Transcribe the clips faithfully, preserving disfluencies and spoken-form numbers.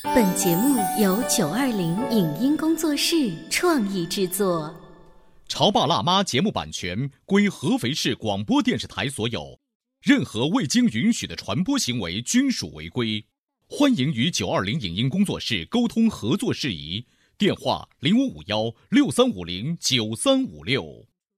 本节目由九二零影音工作室创意制作。 潮爸辣妈节目版权归合肥市广播电视台所有，任何未经允许的传播行为均属违规。欢迎与九二零影音工作室沟通合作事宜，电话零五五幺六三五零九三五六。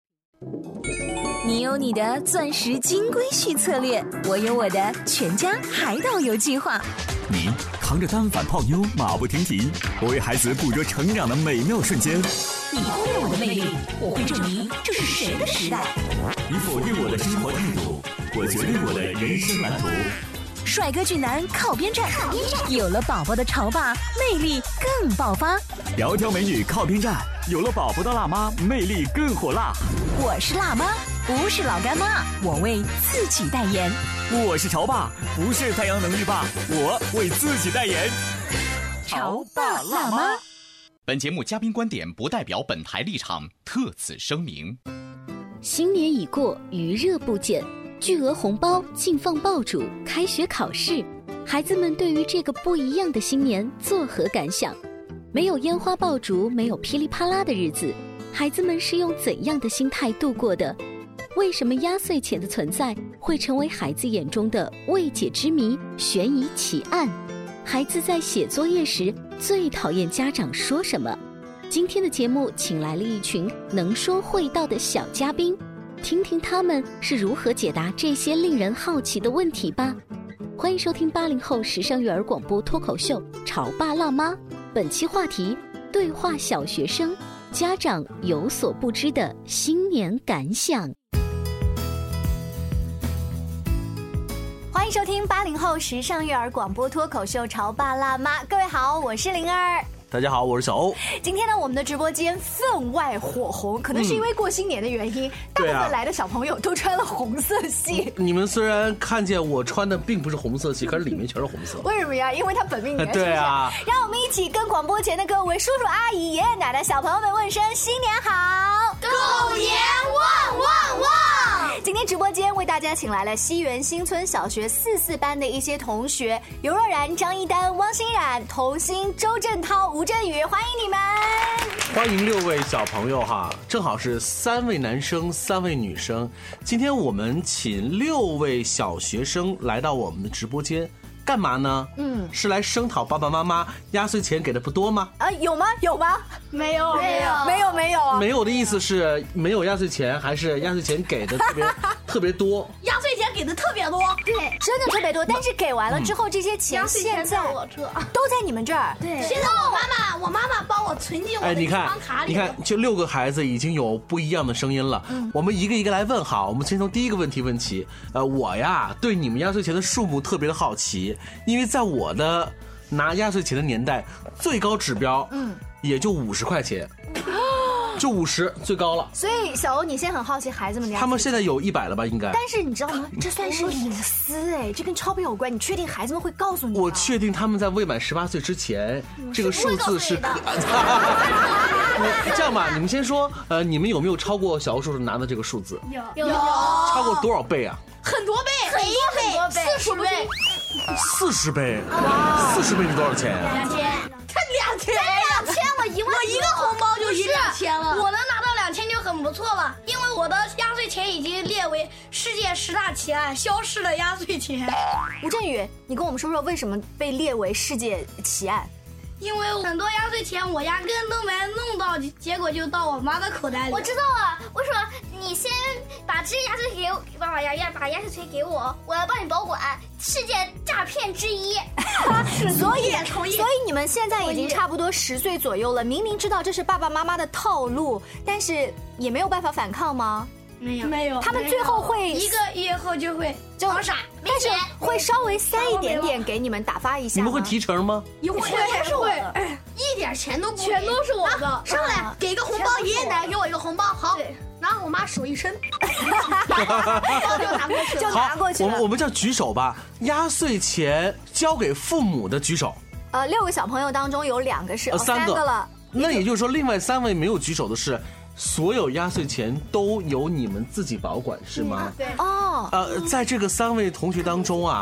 你有你的钻石金龟婿策略，我有我的全家海岛游计划。 你扛着单反泡妞马不停蹄，我为孩子捕捉成长的美妙瞬间。 你忽略我的魅力，我会证明这是谁的时代。 你否定我的生活态度，我决定我的人生蓝图。 帅哥俊男靠边站，有了宝宝的潮爸魅力更爆发。 窈窕美女靠边站，有了宝宝的辣妈魅力更火辣。 我是辣妈，不是老干妈，我为自己代言。 我是潮爸，不是太阳能浴霸，我为自己代言。 潮爸辣妈。 本节目嘉宾观点不代表本台立场，特此声明。 新年已过，余热不减，巨额红包、禁放爆竹、开学考试，孩子们对于这个不一样的新年作何感想？没有烟花爆竹，没有噼里啪啦的日子，孩子们是用怎样的心态度过的？为什么压岁钱的存在会成为孩子眼中的未解之谜、悬疑奇案？孩子在写作业时最讨厌家长说什么？今天的节目请来了一群能说会道的小嘉宾，听听他们是如何解答这些令人好奇的问题吧。欢迎收听八零后时尚育儿广播脱口秀《潮爸辣妈》，本期话题：对话小学生，家长有所不知的新年感想。 欢迎收听八零后时尚育儿广播脱口秀《潮爸辣妈》，各位好，我是灵儿。 大家好，我是小欧。 今天呢，我们的直播间分外火红，可能是因为过新年的原因，嗯、大部分来的小朋友都穿了红色系。 你们虽然看见我穿的并不是红色系，可是里面全是红色。 为什么呀？因为它本命年。 对啊。 是不是？让我们一起跟广播前的各位叔叔阿姨、爷爷奶奶、小朋友们问声新年好， 狗年旺旺旺！ 今天直播间为大家请来了西园新村小学四四班的一些同学，尤若然、张一丹、汪欣冉、童心、周振涛、吴振宇，欢迎你们！ 欢迎六位小朋友哈，正好是三位男生，三位女生。今天我们请六位小学生来到我们的直播间。干嘛呢？嗯，是来声讨爸爸妈妈压岁钱给的不多吗？ 啊，有吗？有吗？ 没有，没有， 没有，没有啊！ 没有的意思是没有压岁钱，还是压岁钱给的特别特别多？ 压岁钱给的特别多， 对，真的特别多。但是给完了之后，这些钱现在我这都在你们这儿。 对，现在我妈妈，我妈妈帮我存进我的银行卡里。 你看，就六个孩子已经有不一样的声音了。嗯，我们一个一个来问好。我们先从第一个问题问起。呃，我呀，对你们压岁钱的数目特别的好奇。因为在我的拿压岁钱的年代，最高指标，嗯，也就五十块钱，就五十最高了。 所以小欧，你现在很好奇孩子们的压岁钱， 他们现在有一百了吧？应该。 但是你知道吗？这算是隐私哎，这跟钞票有关。你确定孩子们会告诉你吗？ 我确定他们在未满十八岁之前，嗯、这个数字是。这样吧，你们先说，呃，你们有没有超过小欧叔叔拿的这个数字？ 有，有， 超过多少倍啊？ 很多倍，很多很多倍，四十倍。 四十倍，四十倍是多少钱？ 两千，才两千， 两千，我一万， 我一个红包就一两千了。我能拿到两千就很不错了，因为我的压岁钱已经列为世界十大奇案，消失了压岁钱。 吴振宇，你跟我们说说为什么被列为世界奇案？ 因为很多压岁钱我压根都没弄到，结果就到我妈的口袋里。 我知道了，我说你先把这压岁钱给我，爸爸压压把压岁钱给我，我要帮你保管。世界诈骗之一， 所以所以你们现在已经差不多十岁左右了，明明知道这是爸爸妈妈的套路，但是也没有办法反抗吗？ 没有，没有， 他们最后会一个月后就会装傻， 但是会稍微塞一点点给你们打发一下。 你们会提成吗？ 有会还是会，一点钱都不，全都是我的。上来给个红包，爷爷奶奶给我一个红包，好，然后我妈手一伸，就拿过去了， 就拿过去了。 我们我们叫举手吧，压岁钱交给父母的举手。 呃，六个小朋友当中有两个是， 呃，三个了。 那也就是说，另外三位没有举手的是。所有压岁钱都由你们自己保管是吗？ 对哦。 呃，在这个三位同学当中啊，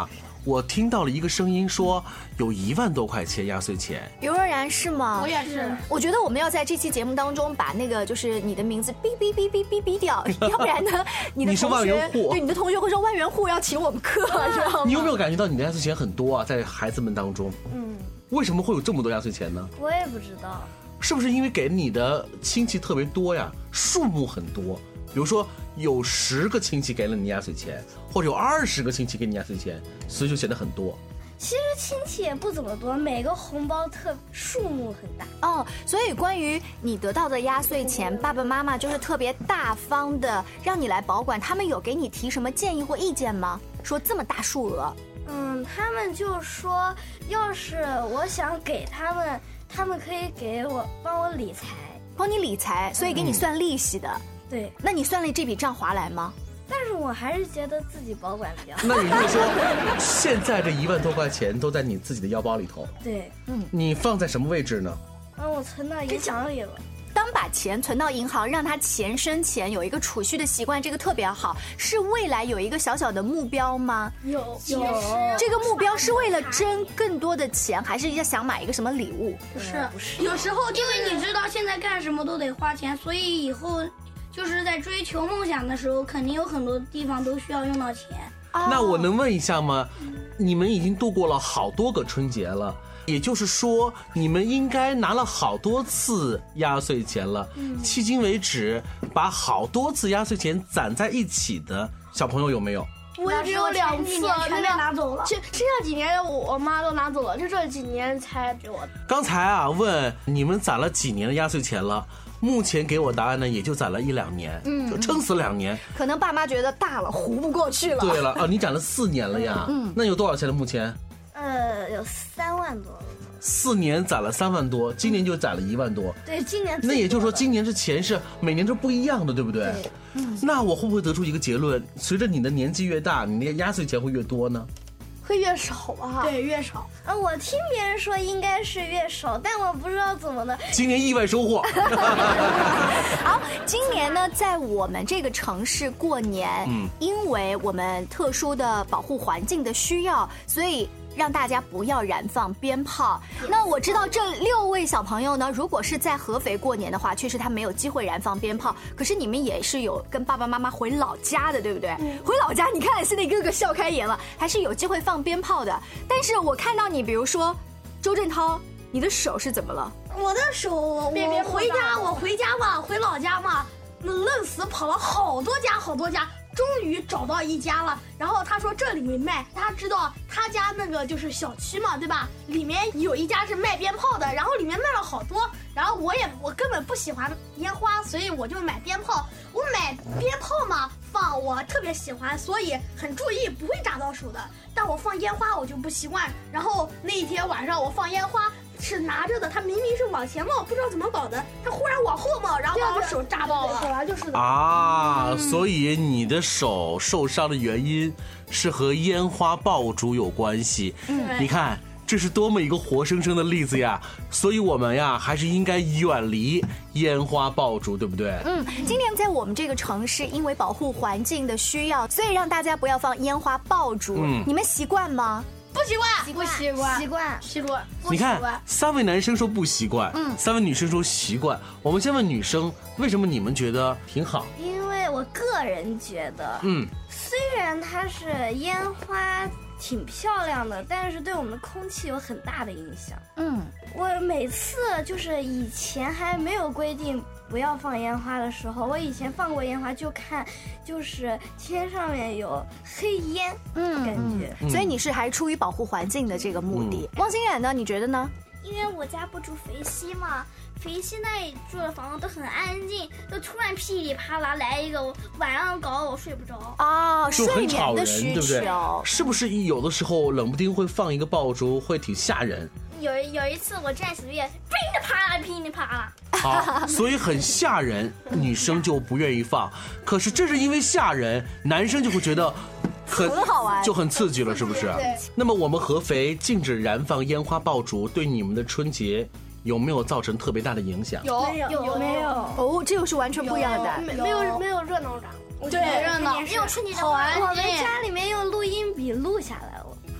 我听到了一个声音说有一万多块钱压岁钱。 刘若然是吗？ 我也是。 我觉得我们要在这期节目当中把那个就是你的名字哔哔哔哔哔哔掉，要不然呢，你的你是万元户， 对你的同学会说万元户要请我们客，知道吗？ 你有没有感觉到你的压岁钱很多啊，在孩子们当中？ 嗯， 为什么会有这么多压岁钱呢？ 我也不知道， 是不是因为给你的亲戚特别多呀，数目很多？比如说有十个亲戚给了你压岁钱，或者有二十个亲戚给你压岁钱，所以就显得很多。 其实亲戚也不怎么多，每个红包特数目很大哦。所以关于你得到的压岁钱，爸爸妈妈就是特别大方的让你来保管，他们有给你提什么建议或意见吗？说这么大数额？ 嗯，他们就说要是我想给他们，他们可以给我帮我理财， 帮你理财，所以给你算利息的。嗯对， 那你算了这笔账划来吗？ 但是我还是觉得自己保管比较好。 那也就是说，现在这一万多块钱都在你自己的腰包里头。 对， 嗯，你放在什么位置呢？ 嗯，我存到银行里了。 当把钱存到银行，让它钱生钱，有一个储蓄的习惯，这个特别好。是未来有一个小小的目标吗？ 有有。 这个目标是为了挣更多的钱，还是要想买一个什么礼物？ 不是，不是。有时候因为你知道现在干什么都得花钱，所以以后。就是在追求梦想的时候，肯定有很多地方都需要用到钱。 那我能问一下吗？你们已经度过了好多个春节了，也就是说，你们应该拿了好多次压岁钱了。嗯、迄今为止，把好多次压岁钱攒在一起的小朋友有没有？ 我只有两次，全被拿走了。剩剩下几年我妈都拿走了，就这几年才给我。 刚才啊，问你们攒了几年的压岁钱了？目前给我答案呢，也就攒了一两年，嗯，就撑死两年。 可能爸妈觉得大了，糊不过去了。 对了啊，你攒了四年了呀，嗯，那有多少钱了？目前？ 呃，有三万多。 四年攒了三万多，今年就攒了一万多。 对，今年。 那也就是说，今年这钱是每年都不一样的，对不对？对。嗯。那我会不会得出一个结论？随着你的年纪越大，你的压岁钱会越多呢？ 会越少啊，对，越少。 呃，我听别人说应该是越少，但我不知道怎么的。 今年意外收获。 好，今年呢，在我们这个城市过年，嗯，因为我们特殊的保护环境的需要，所以让大家不要燃放鞭炮。那我知道这六位小朋友呢，如果是在合肥过年的话，确实他没有机会燃放鞭炮。可是你们也是有跟爸爸妈妈回老家的，对不对？嗯、回老家，你看现在哥哥笑开颜了，还是有机会放鞭炮的。但是我看到你，比如说周振涛，你的手是怎么了？ 我的手，我回家，我回家嘛，回老家嘛，愣死跑了好多家，好多家。终于找到一家了，然后他说这里没卖，他知道他家那个就是小区嘛，对吧？里面有一家是卖鞭炮的，然后里面卖了好多，然后我也我根本不喜欢烟花，所以我就买鞭炮。我买鞭炮嘛放，我特别喜欢，所以很注意不会炸到手的。但我放烟花我就不习惯，然后那一天晚上我放烟花。是拿着的，他明明是往前冒，不知道怎么搞的，他忽然往后冒，然后把我手炸爆了。本来就是的啊，嗯、所以你的手受伤的原因是和烟花爆竹有关系。嗯，你看这是多么一个活生生的例子呀！所以我们呀，还是应该远离烟花爆竹，对不对？ 嗯，今年在我们这个城市，因为保护环境的需要，所以让大家不要放烟花爆竹。嗯，你们习惯吗？ 不习惯， 不习惯，习惯， 习惯。 你看，三位男生说不习惯，嗯，三位女生说习惯。我们先问女生，为什么你们觉得挺好？ 因为我个人觉得，嗯，虽然它是烟花挺漂亮的，但是对我们的空气有很大的影响。嗯，我每次就是以前还没有规定不要放烟花的时候，我以前放过烟花，就看就是天上面有黑烟，嗯，感觉、 嗯。所以你是还是出于保护环境的这个目的。嗯、汪欣冉呢？你觉得呢？ 因为我家不住肥西嘛，肥西那里住的房子都很安静，都突然噼里啪啦来一个，晚上搞得我睡不着啊，睡眠的需求， 对不对？是不是有的时候冷不丁会放一个爆竹，会挺吓人？ 有有一次我站死月，噼里啪啦，噼里啪啦。 好，所以很吓人，女生就不愿意放。可是正是因为吓人，男生就会觉得很很好玩， 就很刺激了，是不是？对。那么我们合肥禁止燃放烟花爆竹，对你们的春节有没有造成特别大的影响？ 有，有，有没有？ 哦，这又是完全不一样的， 没没有没有热闹感。 对，热闹，没有春节的好玩。 我们家里面用录音笔录下来了。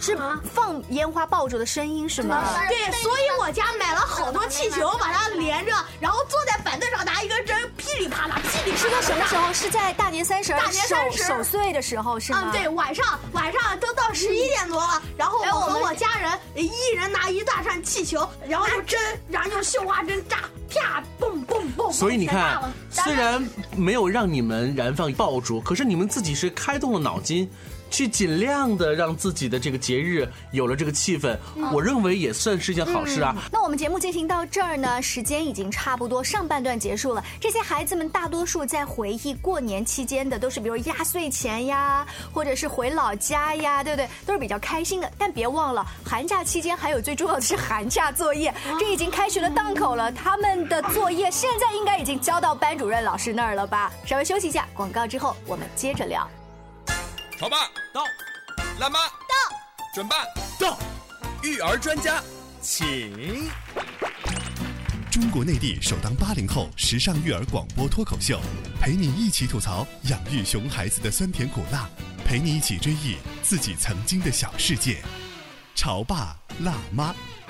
是放烟花爆竹的声音是吗？ 对，所以我家买了好多气球，把它连着，然后坐在板凳上拿一根针，噼里啪啦，噼里啪啦。 是在什么时候？是在大年三十， 大年三十守岁的时候是吗？ 嗯，对，晚上晚上都到十一点多了，然后我和我家人一人拿一大串气球，然后用针，然后用绣花针扎，啪，蹦蹦蹦。 所以你看，虽然没有让你们燃放爆竹，可是你们自己是开动了脑筋，去尽量的让自己的这个节日有了这个气氛，嗯、我认为也算是一件好事啊、 嗯。那我们节目进行到这儿呢，时间已经差不多上半段结束了。这些孩子们大多数在回忆过年期间的，都是比如压岁钱呀，或者是回老家呀，对不对？都是比较开心的。但别忘了，寒假期间还有最重要的是寒假作业，这已经开学的档口了，他们的作业现在应该已经交到班主任老师那儿了吧？稍微休息一下，广告之后我们接着聊。 潮爸到，辣妈到， 准爸到， 育儿专家请。 中国内地首档八零后时尚育儿广播脱口秀，陪你一起吐槽养育熊孩子的酸甜苦辣，陪你一起追忆自己曾经的小世界。潮爸辣妈。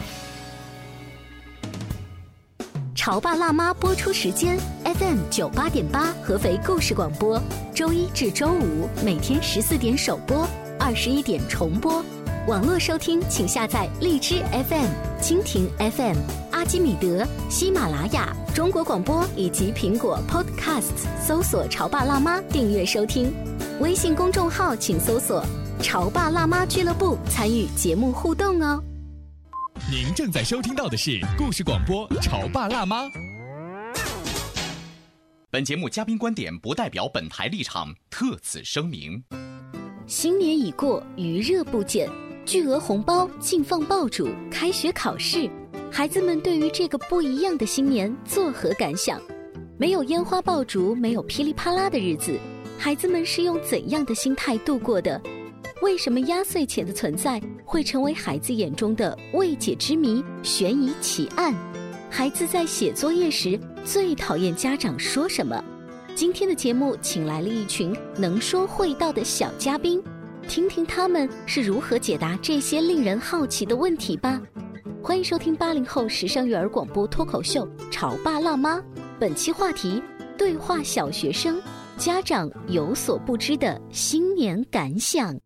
潮爸辣妈播出时间 F M 九八点八合肥故事广播，周一至周五每天十四点首播，二十一点重播。网络收听请下载荔枝 F M、蜻蜓 F M、阿基米德、喜马拉雅、中国广播以及苹果 Podcast 搜索潮爸辣妈订阅收听。微信公众号请搜索潮爸辣妈俱乐部，参与节目互动哦。 您正在收听到的是故事广播《潮爸辣妈》。本节目嘉宾观点不代表本台立场，特此声明。 新年已过，余热不减，巨额红包、禁放爆竹、开学考试，孩子们对于这个不一样的新年作何感想？没有烟花爆竹，没有噼里啪啦的日子，孩子们是用怎样的心态度过的？为什么压岁钱的存在会成为孩子眼中的未解之谜、悬疑奇案？孩子在写作业时最讨厌家长说什么？今天的节目请来了一群能说会道的小嘉宾，听听他们是如何解答这些令人好奇的问题吧。欢迎收听八零后时尚育儿广播脱口秀《潮爸辣妈》，本期话题：对话小学生，家长有所不知的新年感想。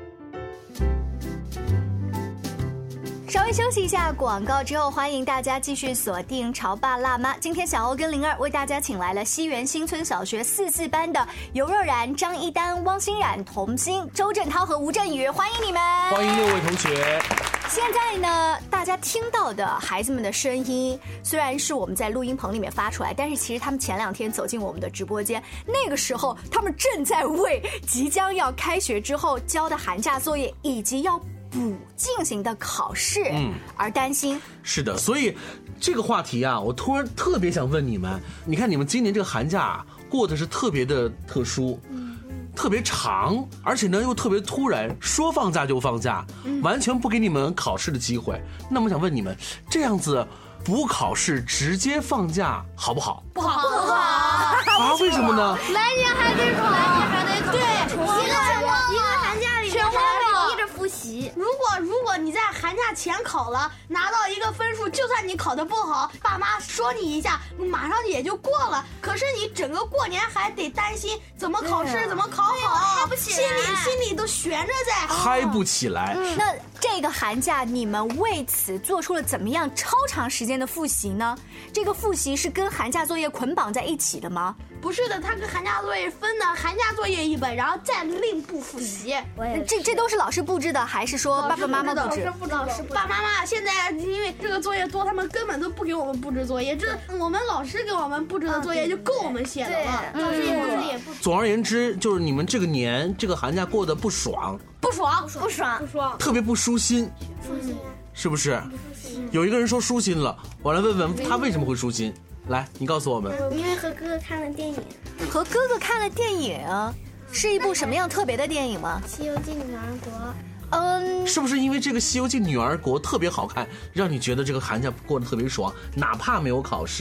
稍微休息一下广告之后，欢迎大家继续锁定潮爸辣妈。今天小欧跟灵儿为大家请来了西园新村小学四四班的尤若然、张一丹、汪欣冉、童心、周振涛和吴振宇，欢迎你们！ 欢迎六位同学。 现在呢，大家听到的孩子们的声音，虽然是我们在录音棚里面发出来，但是其实他们前两天走进我们的直播间，那个时候他们正在为即将要开学之后交的寒假作业以及要补进行的考试嗯而担心。 是的，所以这个话题啊，我突然特别想问你们，你看你们今年这个寒假、啊、过得是特别的特殊，嗯，特别长，而且呢又特别突然，说放假就放假、嗯、完全不给你们考试的机会。那么想问你们，这样子不考试直接放假好不好？ 不好，不好啊？为什么呢？ 来年还得考，来年还得考，对，一个一个寒假里面还得逼着复习。 如果如果你在寒假前考了，拿到一个分数，就算你考得不好，爸妈说你一下，马上也就过了。可是你整个过年还得担心怎么考试，怎么考好， 嗨不起来， 心里心里都悬着在， 嗨不起来。 嗯、那这个寒假你们为此做出了怎么样超长时间的复习呢？这个复习是跟寒假作业捆绑在一起的吗？ 不是的，它跟寒假作业分的，寒假作业一本，然后再另布复习。 这这都是老师布置的，还是说爸爸妈妈布置？ 老师布置，老师布置。爸爸妈妈现在因为这个作业多，他们根本都不给我们布置作业，这我们老师给我们布置的作业就够我们写的了。 老师也布置也不。 总而言之，就是你们这个年这个寒假过得不爽， 不爽， 不爽， 不爽， 特别不舒心， 舒心， 是不是？有一个人说舒心了，我来问问他为什么会舒心。来，你告诉我们。 因为和哥哥看了电影。 和哥哥看了电影，是一部什么样特别的电影吗？ 《西游记女儿国》。 嗯， 是不是因为这个《西游记女儿国》特别好看，让你觉得这个寒假过得特别爽，哪怕没有考试？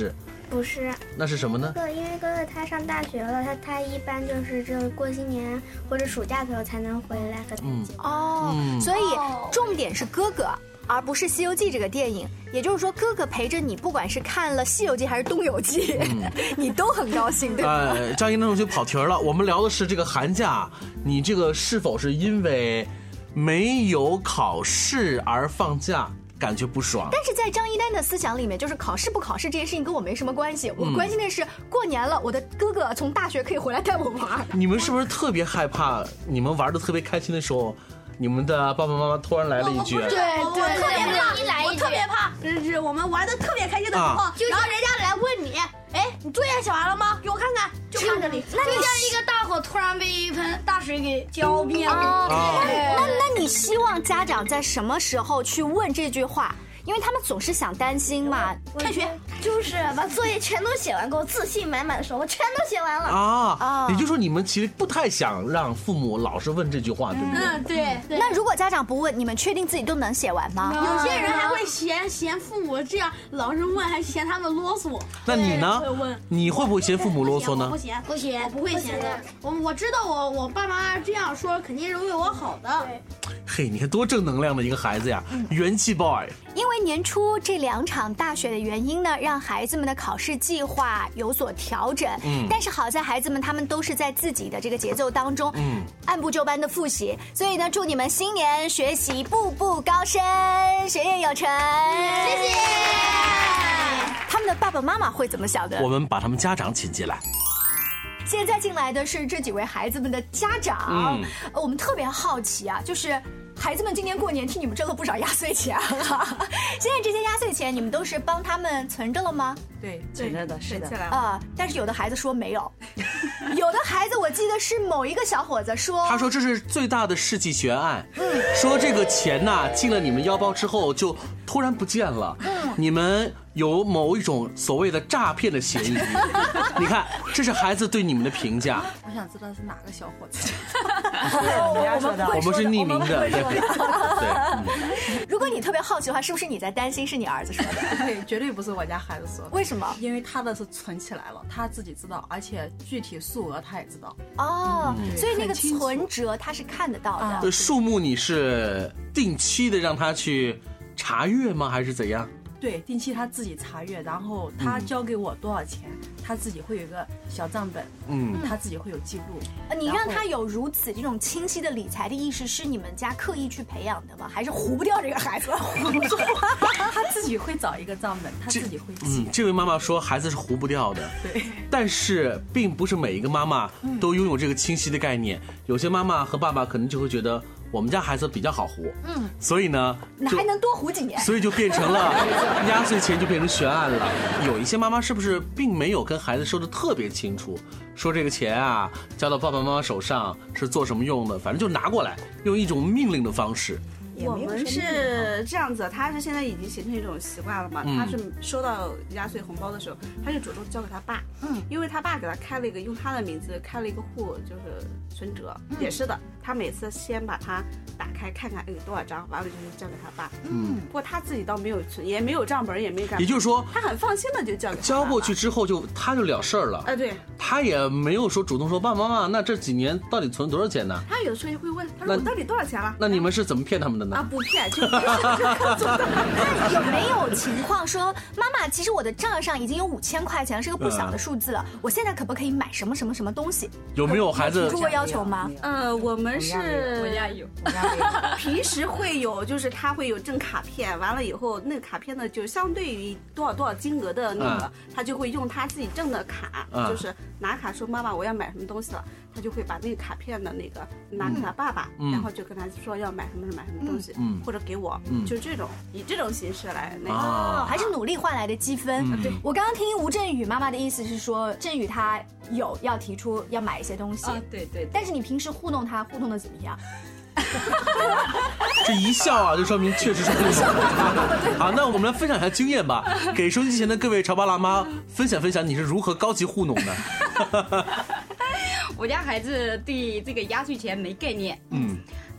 不是。 那是什么呢？ 哥哥，因为哥哥他上大学了，他他一般就是这个过新年或者暑假的时候才能回来和他见。 哦，嗯、所以重点是哥哥。而不是《西游记》这个电影，也就是说，哥哥陪着你，不管是看了《西游记》还是《东游记》，嗯、你都很高兴，对吧？ 呃，张一楠同学跑题了，我们聊的是这个寒假，你这个是否是因为没有考试而放假？感觉不爽， 但是在张一丹的思想里面，就是考试不考试这件事情跟我没什么关系。我关心的是过年了，我的哥哥从大学可以回来带我玩。 你们是不是特别害怕？你们玩的特别开心的时候，你们的爸爸妈妈突然来了一句：“ 对对，特别怕，我特别怕，就是我们玩的特别开心的时候，啊、然后人家来问你，哎，你作业写完了吗？给我看看，就看这里。 那你像一个大火突然被一盆大水给浇灭了。 那那你希望家长在什么时候去问这句话？因为他们总是想担心嘛。 开学就是把作业全都写完，给我自信满满的时候，我全都写完了啊啊！也就是说，你们其实不太想让父母老是问这句话，对不对？ 嗯，对。对那如果家长不问，你们确定自己都能写完吗？ 有些人还会嫌嫌父母这样老是问，还嫌他们啰嗦。 那你呢？你会不会嫌父母啰嗦呢？ 不嫌，不嫌，我不会嫌的。我我知道我我爸妈这样说，肯定是为我好的。 嘿，你看多正能量的一个孩子呀，元气 boy。 因为年初这两场大雪的原因呢，让孩子们的考试计划有所调整。嗯，但是好在孩子们他们都是在自己的这个节奏当中，嗯，按部就班的复习。所以呢，祝你们新年学习步步高升，学业有成。 谢谢。 他们的爸爸妈妈会怎么想的？ 我们把他们家长请进来。 现在进来的是这几位孩子们的家长，嗯，我们特别好奇啊，就是孩子们今年过年替你们挣了不少压岁钱啊。现在这些压岁钱你们都是帮他们存着了吗？ 对，存着的，是的。 啊、呃，但是有的孩子说没有，有的孩子我记得是某一个小伙子说， 他说这是最大的世纪悬案，嗯，说这个钱呐、啊、进了你们腰包之后就突然不见了，嗯，你们有某一种所谓的诈骗的嫌疑。你看，这是孩子对你们的评价。 我想知道是哪个小伙子。 我们我们是匿名的，对对。 嗯、如果你特别好奇的话，是不是你在担心是你儿子说的？ 对，绝对不是我家孩子说的。 为什么？ 因为他的是存起来了，他自己知道，而且具体数额他也知道。 哦，嗯、所以那个存折他是看得到的。 对，数目你是定期的让他去查阅吗？还是怎样？ 对，定期他自己查阅，然后他交给我多少钱，嗯、他自己会有一个小账本，嗯，他自己会有记录。 呃，你让他有如此这种清晰的理财的意识，是你们家刻意去培养的吗？还是糊不掉这个孩子？糊不住， 他自己会找一个账本，他自己会记。 嗯，这位妈妈说孩子是糊不掉的， 对， 但是并不是每一个妈妈都拥有这个清晰的概念，嗯、有些妈妈和爸爸可能就会觉得。我们家孩子比较好糊，嗯，所以呢， 你还能多糊几年， 所以就变成了压岁钱就变成悬案了。有一些妈妈是不是并没有跟孩子说的特别清楚，说这个钱啊交到爸爸妈妈手上是做什么用的，反正就拿过来，用一种命令的方式。 我们是这样子，他是现在已经形成一种习惯了嘛。嗯、他是收到压岁红包的时候，他就主动交给他爸，嗯，因为他爸给他开了一个用他的名字开了一个户，就是存折，嗯、也是的。他每次先把它打开看看，哎，多少张，完了就是交给他爸。嗯，不过他自己倒没有存，也没有账本，也没干。 也就是说， 他很放心的就交给他交过去之后就他就了事儿了。 哎，对， 他也没有说主动说爸爸妈妈，那这几年到底存多少钱呢？ 他有的时候就会问，他说我到底多少钱了？ 那你们是怎么骗他们的呢？ 啊，不骗，就不是这个做的。 那有没有情况说，妈妈，其实我的账上已经有五千块钱，是个不小的数字了，嗯、我现在可不可以买什么什么什么东西？ 有没有孩子提出过要求吗？ 呃，我们是， 我家有， 我家有。平时会有，就是他会有挣卡片，完了以后，那个卡片呢，就相对于多少多少金额的那个，嗯、他就会用他自己挣的卡，嗯、就是拿卡说妈妈我要买什么东西了，他就会把那个卡片的那个拿给他爸爸，嗯、然后就跟他说要买什么买什么东西，嗯、或者给我，嗯、就这种以这种形式来那个， 哦，还是努力换来的积分。嗯、对，我刚刚听吴振宇妈妈的意思是说，振宇他有要提出要买一些东西， 啊、对, 对对， 但是你平时糊弄他糊弄的怎么样？ 这一笑啊，就说明确实是糊弄。好，那我们来分享一下经验吧，给收音机前的各位潮爸辣妈分享分享你是如何高级糊弄的。 我家孩子对这个压岁钱没概念，嗯，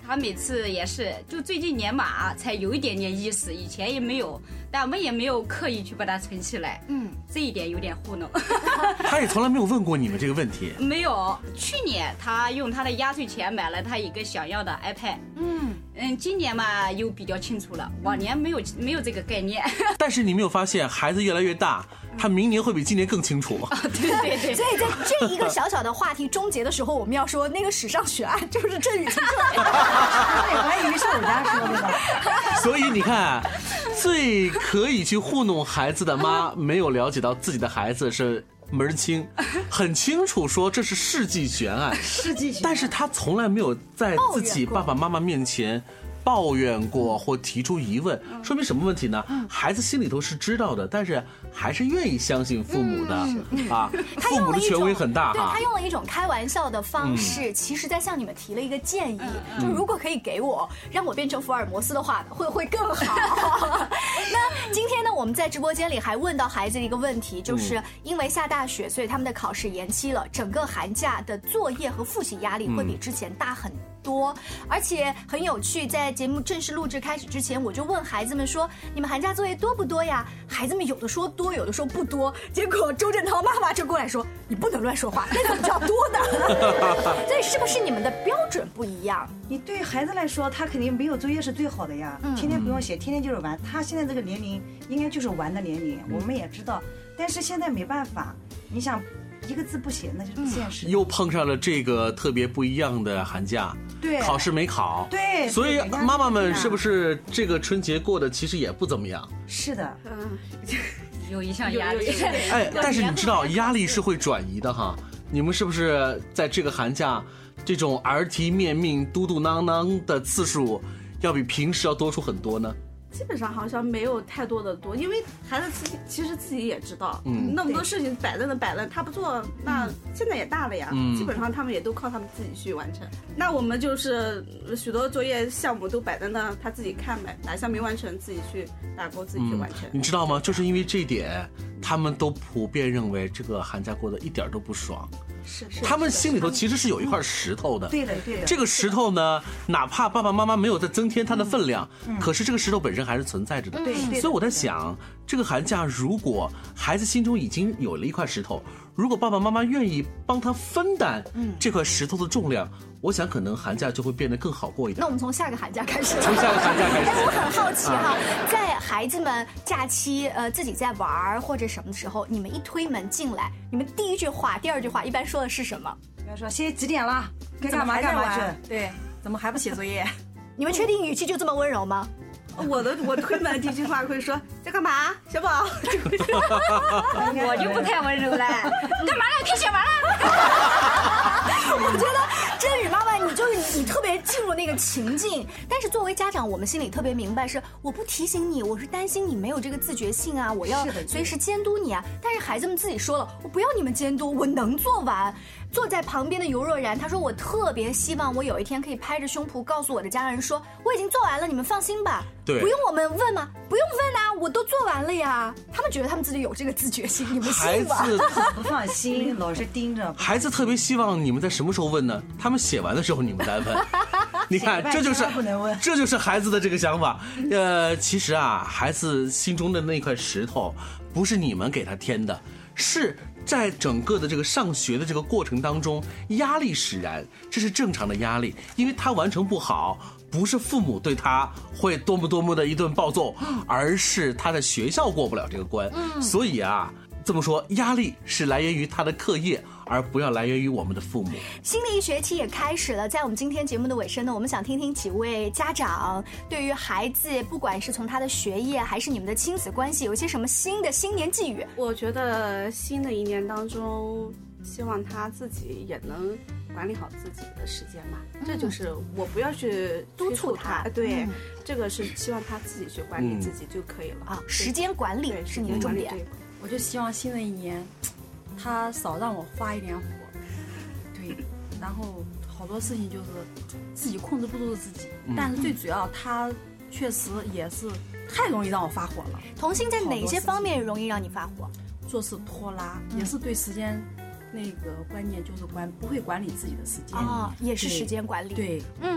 他每次也是，就最近年嘛才有一点点意识，以前也没有，但我们也没有刻意去把它存起来。嗯，这一点有点糊弄。 他也从来没有问过你们这个问题。 没有，去年他用他的压岁钱买了他一个想要的 iPad。嗯嗯，今年嘛又比较清楚了，往年没有没有这个概念。 但是你没有发现，孩子越来越大，他明年会比今年更清楚。 啊，对对对。 所以在这一个小小的话题终结的时候，我们要说那个史上血案就是郑宇从这里。 我还以为是我家说的呢。 所以你看，最可以去糊弄孩子的妈，没有了解到自己的孩子是门儿清，很清楚说这是世纪悬案， 世纪悬案， 但是他从来没有在自己爸爸妈妈面前抱怨过或提出疑问，说明什么问题呢？孩子心里头是知道的，但是还是愿意相信父母的啊。父母的权威很大哈。 对，他用了一种开玩笑的方式，其实在向你们提了一个建议，就如果可以给我让我变成福尔摩斯的话，会会更好。那今天呢，我们在直播间里还问到孩子的一个问题，就是因为下大雪，所以他们的考试延期了，整个寒假的作业和复习压力会比之前大很多，而且很有趣，在节目正式录制开始之前，我就问孩子们说：“你们寒假作业多不多呀？”孩子们有的说多，有的说不多。结果周振涛妈妈就过来说：“你不能乱说话，那个比较多的。”所以是不是你们的标准不一样？ 你对孩子来说，他肯定没有作业是最好的呀，嗯、天天不用写，天天就是玩。他现在这个年龄应该就是玩的年龄，我们也知道。但是现在没办法，你想。一个字不写，那就是不现实。 又碰上了这个特别不一样的寒假， 对， 考试没考， 对， 所以妈妈们是不是这个春节过得其实也不怎么样？ 是的， 嗯，有一项压力。 哎，但是你知道压力是会转移的哈。你们是不是在这个寒假，这种儿提面命、嘟嘟囔囔的次数，要比平时要多出很多呢？ 基本上好像没有太多的多，因为孩子自己其实自己也知道，嗯，那么多事情摆在那摆了，他不做，那现在也大了呀，嗯，基本上他们也都靠他们自己去完成。那我们就是许多作业项目都摆在那，他自己看呗，哪项没完成自己去打勾，自己去完成。 嗯、你知道吗？就是因为这一点，他们都普遍认为这个寒假过得一点都不爽。 是是， 他们心里头其实是有一块石头的。 对的对的。 这个石头呢，哪怕爸爸妈妈没有再增添它的分量，嗯、可是这个石头本身还是存在着的。 对、嗯。 所以我在想，这个寒假如果孩子心中已经有了一块石头，如果爸爸妈妈愿意帮他分担这块石头的重量，我想可能寒假就会变得更好过一点。 那我们从下个寒假开始。 从下个寒假开始。 我很好奇哈，在孩子们假期呃自己在玩或者什么的时候，你们一推门进来，你们第一句话、第二句话一般说的是什么？ 比如说现在几点了？该干嘛干嘛去？ 对，怎么还不写作业？ 你们确定语气就这么温柔吗？ 我的我推门第一句话会说在干嘛，小宝？ 我就不太温柔了，干嘛了？开写完了。 我觉得振宇妈妈，你就是你，你特别进入那个情境。但是作为家长，我们心里特别明白是，我不提醒你，我是担心你没有这个自觉性啊，我要随时监督你啊。但是孩子们自己说了，我不要你们监督，我能做完。坐在旁边的尤若然，他说我特别希望我有一天可以拍着胸脯告诉我的家人说，我已经做完了，你们放心吧。 对， 不用我们问吗？不用问啊，我都做完了呀。他们觉得他们自己有这个自觉性，你们信吗？ 孩子不放心，老是盯着。 孩子特别希望你们在什么时候问呢？他们写完的时候你们再问。你看，这就是这就是孩子的这个想法。呃，其实啊，孩子心中的那块石头，不是你们给他添的，是在整个的这个上学的这个过程当中，压力使然，这是正常的压力，因为他完成不好，不是父母对他会多么多么的一顿暴揍，而是他在学校过不了这个关。嗯，所以啊，这么说，压力是来源于他的课业，而不要来源于我们的父母。 新的一学期也开始了，在我们今天节目的尾声呢，我们想听听几位家长对于孩子，不管是从他的学业还是你们的亲子关系，有一些什么新的新年寄语？ 我觉得新的一年当中，希望他自己也能管理好自己的时间吧，嗯、这就是我不要去督促他，对、嗯，这个是希望他自己去管理自己就可以了、嗯、 啊。时间管理是你的重点。 我就希望新的一年，他少让我发一点火，对，然后好多事情就是自己控制不住自己，嗯、但是最主要他确实也是太容易让我发火了。 童心在哪些方面容易让你发火？ 做事拖拉，嗯、也是对时间那个观念就是管不会管理自己的时间啊、哦，也是时间管理。 对， 嗯，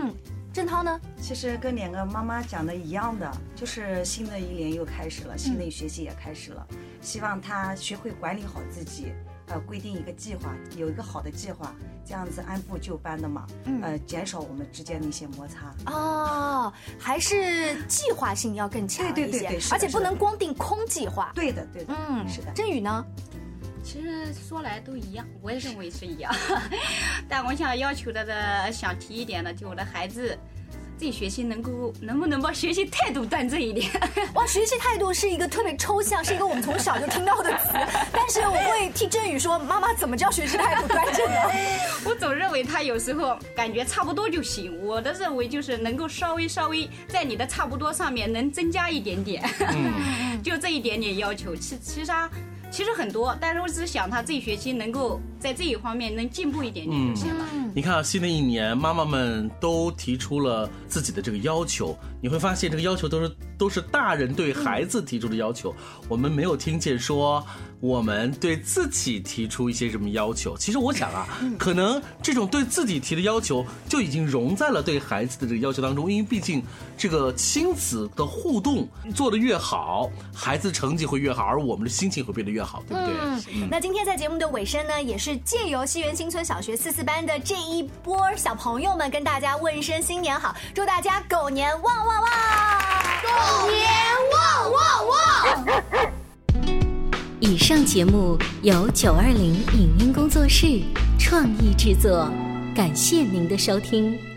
郑涛呢？ 其实跟两个妈妈讲的一样的，就是新的一年又开始了，新的学习也开始了，嗯、希望他学会管理好自己，呃，规定一个计划，有一个好的计划，这样子按部就班的嘛，嗯、呃，减少我们之间的一些摩擦。 哦，还是计划性要更强一些， 对对对对， 而且不能光定空计划。 对的对的， 嗯， 是的。 振宇呢？ 其实说来都一样，我也认为是一样。但我想要求的的，想提一点的，就我的孩子，这学期能够能不能把学习态度端正一点？ 哇，学习态度是一个特别抽象，是一个我们从小就听到的词。但是我会替振宇说，妈妈怎么叫学习态度端正呢？ 我总认为他有时候感觉差不多就行。我的认为就是能够稍微稍微在你的差不多上面能增加一点点，嗯、就这一点点要求。其其实。其实很多，但是我只想他这一学期能够在这一方面能进步一点点就行了。 嗯、你看啊，新的一年，妈妈们都提出了自己的这个要求，你会发现这个要求都是都是大人对孩子提出的要求，嗯、我们没有听见说我们对自己提出一些什么要求。其实我想啊，嗯、可能这种对自己提的要求就已经融在了对孩子的这个要求当中，因为毕竟这个亲子的互动做得越好，孩子成绩会越好，而我们的心情会变得越好，对不对？ 嗯，嗯那今天在节目的尾声呢，也是借由西园新村小学四四班的这一波小朋友们跟大家问一声新年好，祝大家狗年旺旺旺， 狗年旺旺旺。 以上节目由九二零影音工作室创意制作，感谢您的收听。